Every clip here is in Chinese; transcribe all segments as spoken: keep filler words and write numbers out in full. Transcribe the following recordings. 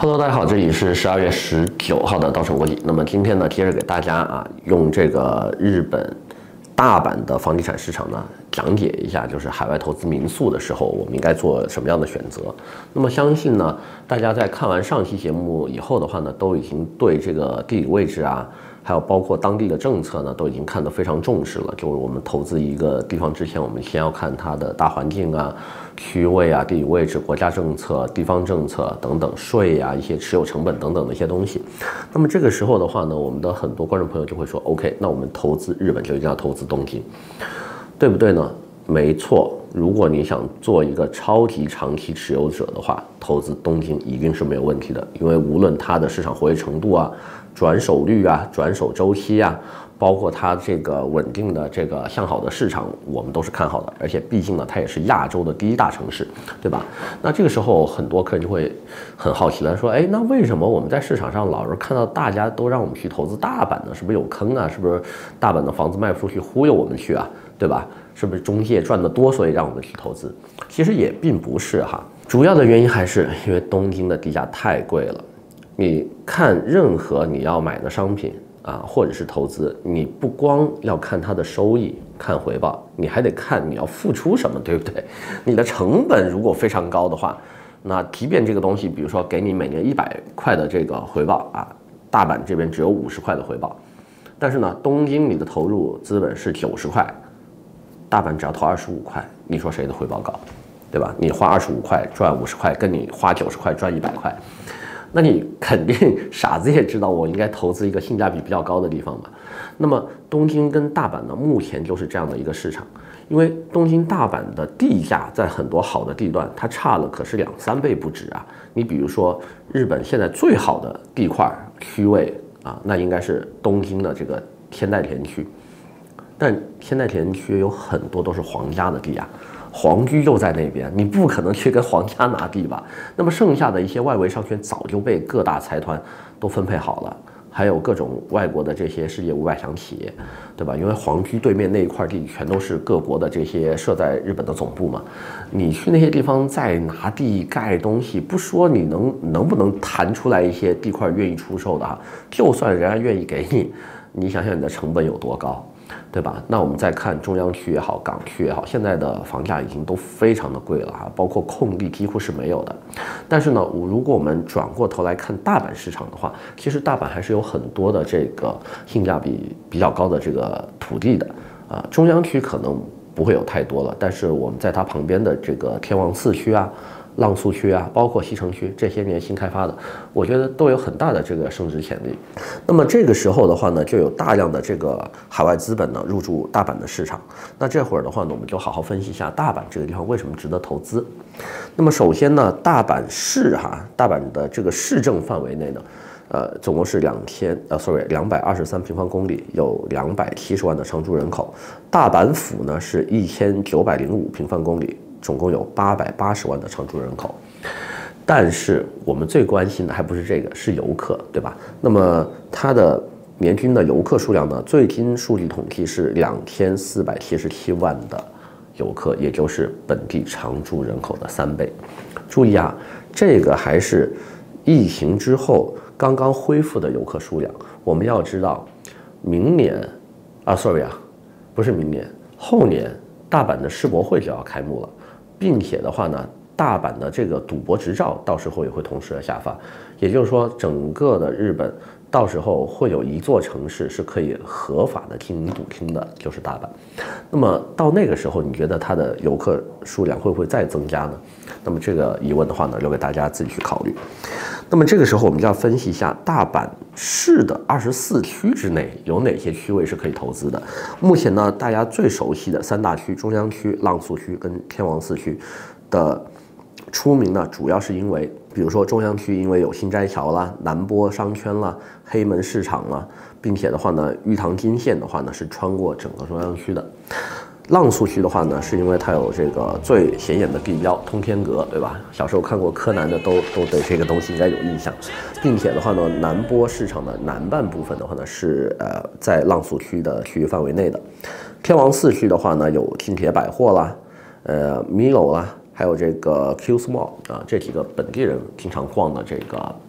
Hello， 大家好，这里是十二月十九号的稻城国际。那么今天呢，接着给大家啊，用这个日本大阪的房地产市场呢，讲解一下，就是海外投资民宿的时候，我们应该做什么样的选择。那么相信呢，大家在看完上期节目以后的话呢，都已经对这个地理位置啊，还有包括当地的政策呢，都已经看得非常重视了。就是我们投资一个地方之前，我们先要看它的大环境啊、区位啊、地理位置、国家政策、地方政策等等、税啊、一些持有成本等等的一些东西。那么这个时候的话呢，我们的很多观众朋友就会说 ，OK， 那我们投资日本就一定要投资东京，对不对呢？没错。如果你想做一个超级长期持有者的话，投资东京一定是没有问题的，因为无论它的市场活跃程度啊、转手率啊、转手周期啊，包括它这个稳定的这个向好的市场，我们都是看好的。而且毕竟呢，它也是亚洲的第一大城市，对吧？那这个时候很多客人就会很好奇了，说，哎，那为什么我们在市场上老是看到大家都让我们去投资大阪呢？是不是有坑啊？是不是大阪的房子卖不出去，忽悠我们去啊？对吧？是不是中介赚得多，所以让我们去投资？其实也并不是哈，主要的原因还是因为东京的地价太贵了。你看任何你要买的商品啊，或者是投资，你不光要看它的收益、看回报，你还得看你要付出什么，对不对？你的成本如果非常高的话，那即便这个东西，比如说给你每年一百块的这个回报啊，大阪这边只有五十块的回报，但是呢，东京你的投入资本是九十块。大阪只要投二十五块，你说谁的回报高，对吧？你花二十五块赚五十块，跟你花九十块赚一百块，那你肯定傻子也知道我应该投资一个性价比比较高的地方吧。那么东京跟大阪呢，目前就是这样的一个市场，因为东京、大阪的地价在很多好的地段，它差了可是两三倍不止啊。你比如说日本现在最好的地块区位啊，那应该是东京的这个千代田区。但千代田区有很多都是皇家的地啊，皇居就在那边，你不可能去跟皇家拿地吧？那么剩下的一些外围商圈早就被各大财团都分配好了，还有各种外国的这些世界五百强企业，对吧？因为皇居对面那一块地全都是各国的这些设在日本的总部嘛，你去那些地方再拿地盖东西，不说你能能不能谈出来一些地块愿意出售的哈，就算人家愿意给你，你想想你的成本有多高？对吧？那我们再看中央区也好，港区也好，现在的房价已经都非常的贵了哈，包括空地几乎是没有的。但是呢，如果我们转过头来看大阪市场的话，其实大阪还是有很多的这个性价比比较高的这个土地的啊。中央区可能不会有太多了，但是我们在它旁边的这个天王寺区啊、浪速区啊，包括西城区这些年新开发的，我觉得都有很大的这个升值潜力。那么这个时候的话呢，就有大量的这个海外资本呢入驻大阪的市场。那这会儿的话呢，我们就好好分析一下大阪这个地方为什么值得投资。那么首先呢，大阪市哈，大阪的这个市政范围内呢，呃，总共是两千呃，sorry，两百二十三平方公里，有两百七十万的常住人口。大阪府呢是一千九百零五平方公里。总共有八百八十万的常住人口，但是我们最关心的还不是这个，是游客，对吧？那么它的年均的游客数量呢？最新数据统计是两千四百七十七万的游客，也就是本地常住人口的三倍。注意啊，这个还是疫情之后刚刚恢复的游客数量。我们要知道，明年啊 ，sorry 啊，不是明年，后年大阪的世博会就要开幕了。并且的话呢，大阪的这个赌博执照到时候也会同时的下发，也就是说，整个的日本到时候会有一座城市是可以合法的经营赌厅的，就是大阪。那么到那个时候，你觉得它的游客数量会不会再增加呢？那么这个疑问的话呢，留给大家自己去考虑。那么这个时候，我们就要分析一下大阪市的二十四区之内有哪些区位是可以投资的。目前呢，大家最熟悉的三大区——中央区、浪速区跟天王寺区的出名呢，主要是因为，比如说中央区因为有新斋桥啦、南波商圈啦、黑门市场啦，并且的话呢，玉堂金线的话呢是穿过整个中央区的。浪速区的话呢，是因为它有这个最显眼的地标通天阁，对吧？小时候看过柯南的都都对这个东西应该有印象，并且的话呢，南波市场的南半部分的话呢是呃在浪速区的区域范围内的。天王寺区的话呢，有近铁百货啦，呃 Milo 啦，还有这个 Q Small 啊，这几个本地人经常逛的这个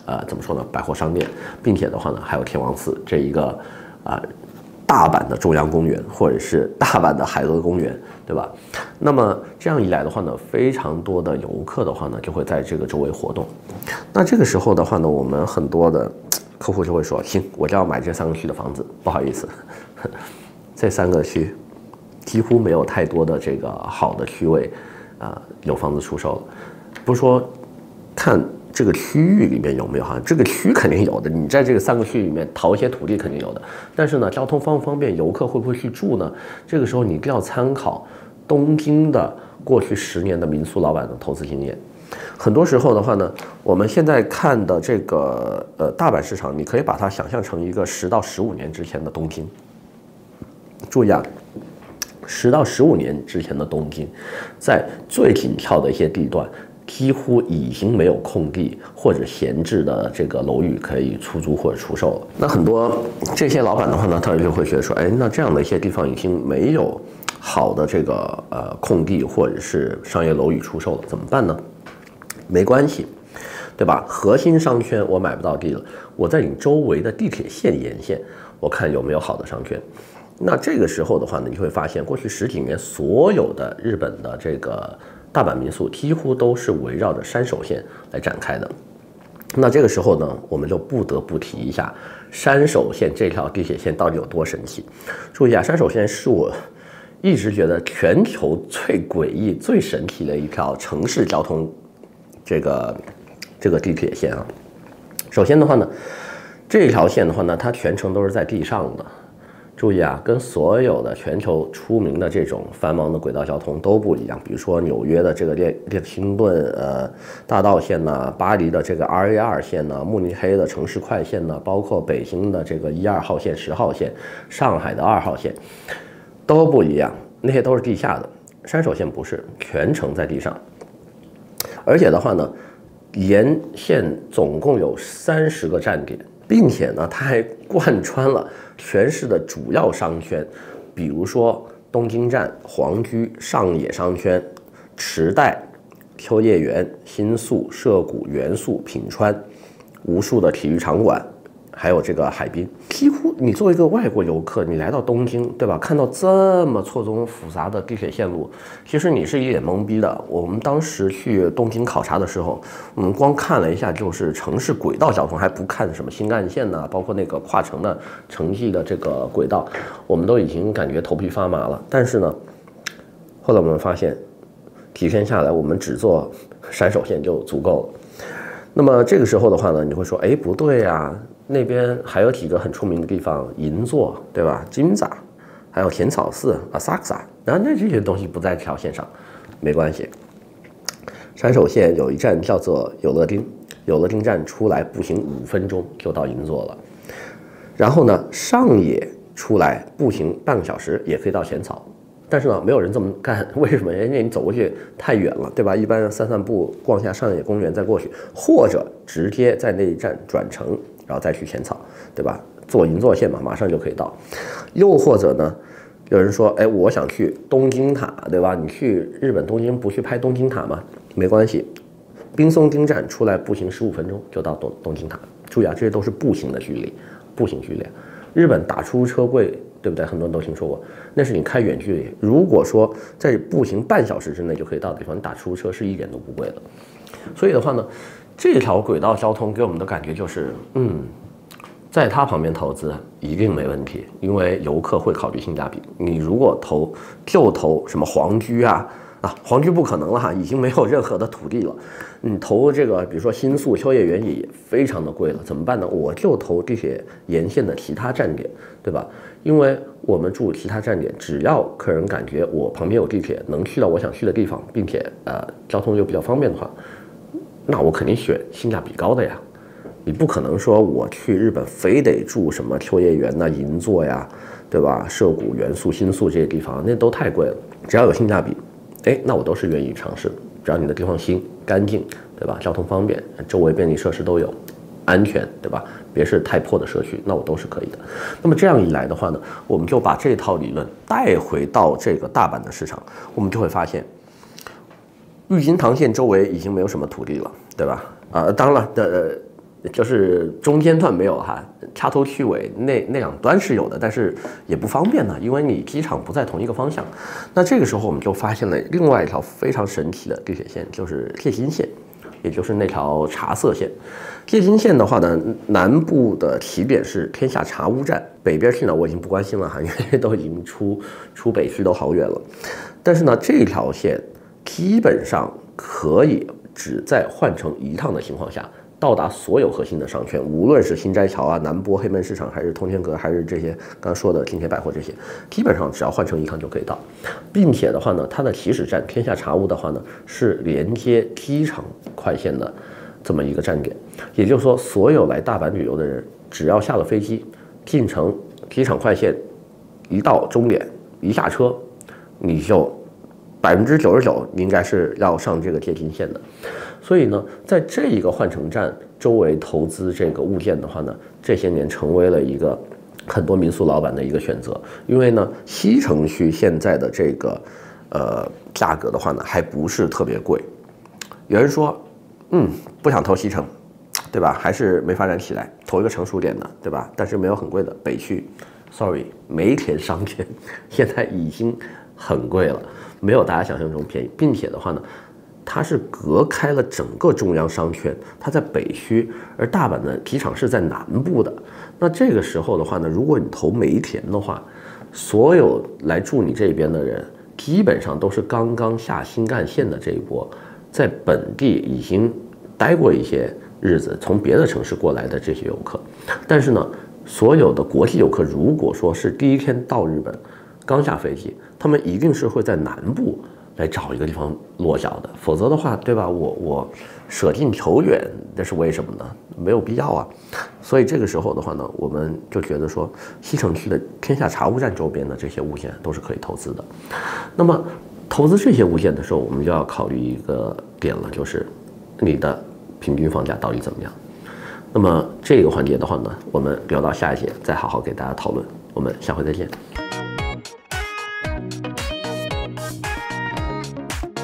呃怎么说呢百货商店，并且的话呢还有天王寺这一个啊、呃、大阪的中央公园或者是大阪的海鸥公园，对吧？那么这样一来的话呢，非常多的游客的话呢就会在这个周围活动。那这个时候的话呢，我们很多的客户就会说，行，我就要买这三个区的房子。不好意思，这三个区几乎没有太多的这个好的区位啊、呃、有房子出售了。不是说看这个区域里面有没有哈，这个区肯定有的，你在这个三个区里面淘一些土地肯定有的。但是呢，交通方不方便，游客会不会去住呢？这个时候你一定要参考东京的过去十年的民宿老板的投资经验。很多时候的话呢，我们现在看的这个呃大阪市场，你可以把它想象成一个十到十五年之前的东京。注意啊，十到十五年之前的东京，在最紧俏的一些地段，几乎已经没有空地或者闲置的这个楼宇可以出租或者出售了。那很多这些老板的话呢，他就会觉得说，哎，那这样的一些地方已经没有好的这个呃空地或者是商业楼宇出售了，怎么办呢？没关系，对吧？核心商圈我买不到地了，我在你周围的地铁线沿线，我看有没有好的商圈。那这个时候的话呢，你会发现过去十几年所有的日本的这个大阪民宿几乎都是围绕着山手线来展开的。那这个时候呢，我们就不得不提一下山手线这条地铁线到底有多神奇。注意啊，山手线是我一直觉得全球最诡异、最神奇的一条城市交通这个这个地铁线啊。首先的话呢，这条线的话呢，它全程都是在地上的。注意啊，跟所有的全球出名的这种繁忙的轨道交通都不一样。比如说纽约的这个列列克星顿呃大道线呐、啊，巴黎的这个 R A 二线呐、啊，慕尼黑的城市快线呐、啊，包括北京的这个一二号线、十号线，上海的二号线都不一样，那些都是地下的。山手线不是，全程在地上。而且的话呢，沿线总共有三十个站点。并且呢，它还贯穿了全市的主要商圈，比如说东京站、皇居、上野商圈、池袋、秋叶原、新宿、涉谷、原宿、品川，无数的体育场馆，还有这个海滨。几乎你作为一个外国游客，你来到东京，对吧？看到这么错综复杂的地铁线路，其实你是一脸懵逼的。我们当时去东京考察的时候，我们光看了一下就是城市轨道交通，还不看什么新干线呐、啊，包括那个跨城的城际的这个轨道，我们都已经感觉头皮发麻了。但是呢，后来我们发现，几天下来，我们只坐山手线就足够了。那么这个时候的话呢，你会说，哎，不对呀。那边还有几个很出名的地方，银座，对吧？金座，还有浅草寺、阿萨克萨，然后那这些东西不在这条线上，没关系。山手线有一站叫做有乐町，有乐町站出来步行五分钟就到银座了。然后呢，上野出来步行半个小时也可以到浅草。但是呢，没有人这么干，为什么？因为你走过去太远了，对吧？一般散散步，逛下上野公园再过去，或者直接在那一站转乘，然后再去浅草，对吧？坐银座线嘛，马上就可以到。又或者呢，有人说，哎，我想去东京塔，对吧？你去日本东京不去拍东京塔吗？没关系，滨松町站出来步行十五分钟就到东东京塔。注意啊，这些都是步行的距离，步行距离。日本打出租车贵，对不对？很多人都听说过，那是你开远距离。如果说在步行半小时之内就可以到的地方，你打出租车是一点都不贵的。所以的话呢，这条轨道交通给我们的感觉就是，嗯，在它旁边投资一定没问题，因为游客会考虑性价比。你如果投就投什么皇居啊啊，皇居不可能了哈，已经没有任何的土地了。你投这个，比如说新宿、秋叶原也非常的贵了，怎么办呢？我就投地铁沿线的其他站点，对吧？因为我们住其他站点，只要客人感觉我旁边有地铁，能去到我想去的地方，并且呃交通又比较方便的话，那我肯定选性价比高的呀。你不可能说我去日本非得住什么秋叶原呐、银座呀，对吧？涉谷、原宿、新宿这些地方，那都太贵了。只要有性价比，哎，那我都是愿意尝试。只要你的地方新、干净，对吧？交通方便，周围便利设施都有，安全，对吧？别是太破的社区，那我都是可以的。那么这样一来的话呢，我们就把这套理论带回到这个大阪的市场，我们就会发现，玉金堂线周围已经没有什么土地了，对吧？啊、呃，当然了，呃， 就是中间段没有哈，掐头去尾那那两端是有的，但是也不方便呢，因为你机场不在同一个方向。那这个时候我们就发现了另外一条非常神奇的地铁线，就是铁金线，也就是那条茶色线。铁金线的话呢，南部的起点是天下茶屋站，北边去哪我已经不关心了哈，因为都已经出出北区都好远了。但是呢，这条线基本上可以只在换乘一趟的情况下到达所有核心的商圈，无论是新斋桥啊、南波黑门市场，还是通天阁，还是这些刚刚说的金铁百货这些，基本上只要换乘一趟就可以到，并且的话呢，它的起始站天下茶屋的话呢，是连接机场快线的这么一个站点，也就是说，所有来大阪旅游的人，只要下了飞机，进城机场快线，一到终点，一下车，你就百分之九十九应该是要上这个铁金线的。所以呢，在这一个换乘站周围投资这个物件的话呢，这些年成为了一个很多民宿老板的一个选择。因为呢，西城区现在的这个呃价格的话呢，还不是特别贵。有人说，嗯，不想投西城，对吧？还是没发展起来，投一个成熟点的，对吧？但是没有很贵的北区 ，sorry， 梅田商圈现在已经很贵了，没有大家想象中便宜，并且的话呢。它是隔开了整个中央商圈，它在北区，而大阪的机场是在南部的。那这个时候的话呢，如果你投梅田的话，所有来住你这边的人，基本上都是刚刚下新干线的这一波，在本地已经待过一些日子，从别的城市过来的这些游客。但是呢，所有的国际游客，如果说是第一天到日本，刚下飞机，他们一定是会在南部来找一个地方落脚的，否则的话，对吧？我我舍近求远，这是为什么呢？没有必要啊。所以这个时候的话呢，我们就觉得说，西城区的天下茶屋站周边的这些物件都是可以投资的。那么投资这些物件的时候，我们就要考虑一个点了，就是你的平均房价到底怎么样。那么这个环节的话呢，我们留到下一节再好好给大家讨论。我们下回再见。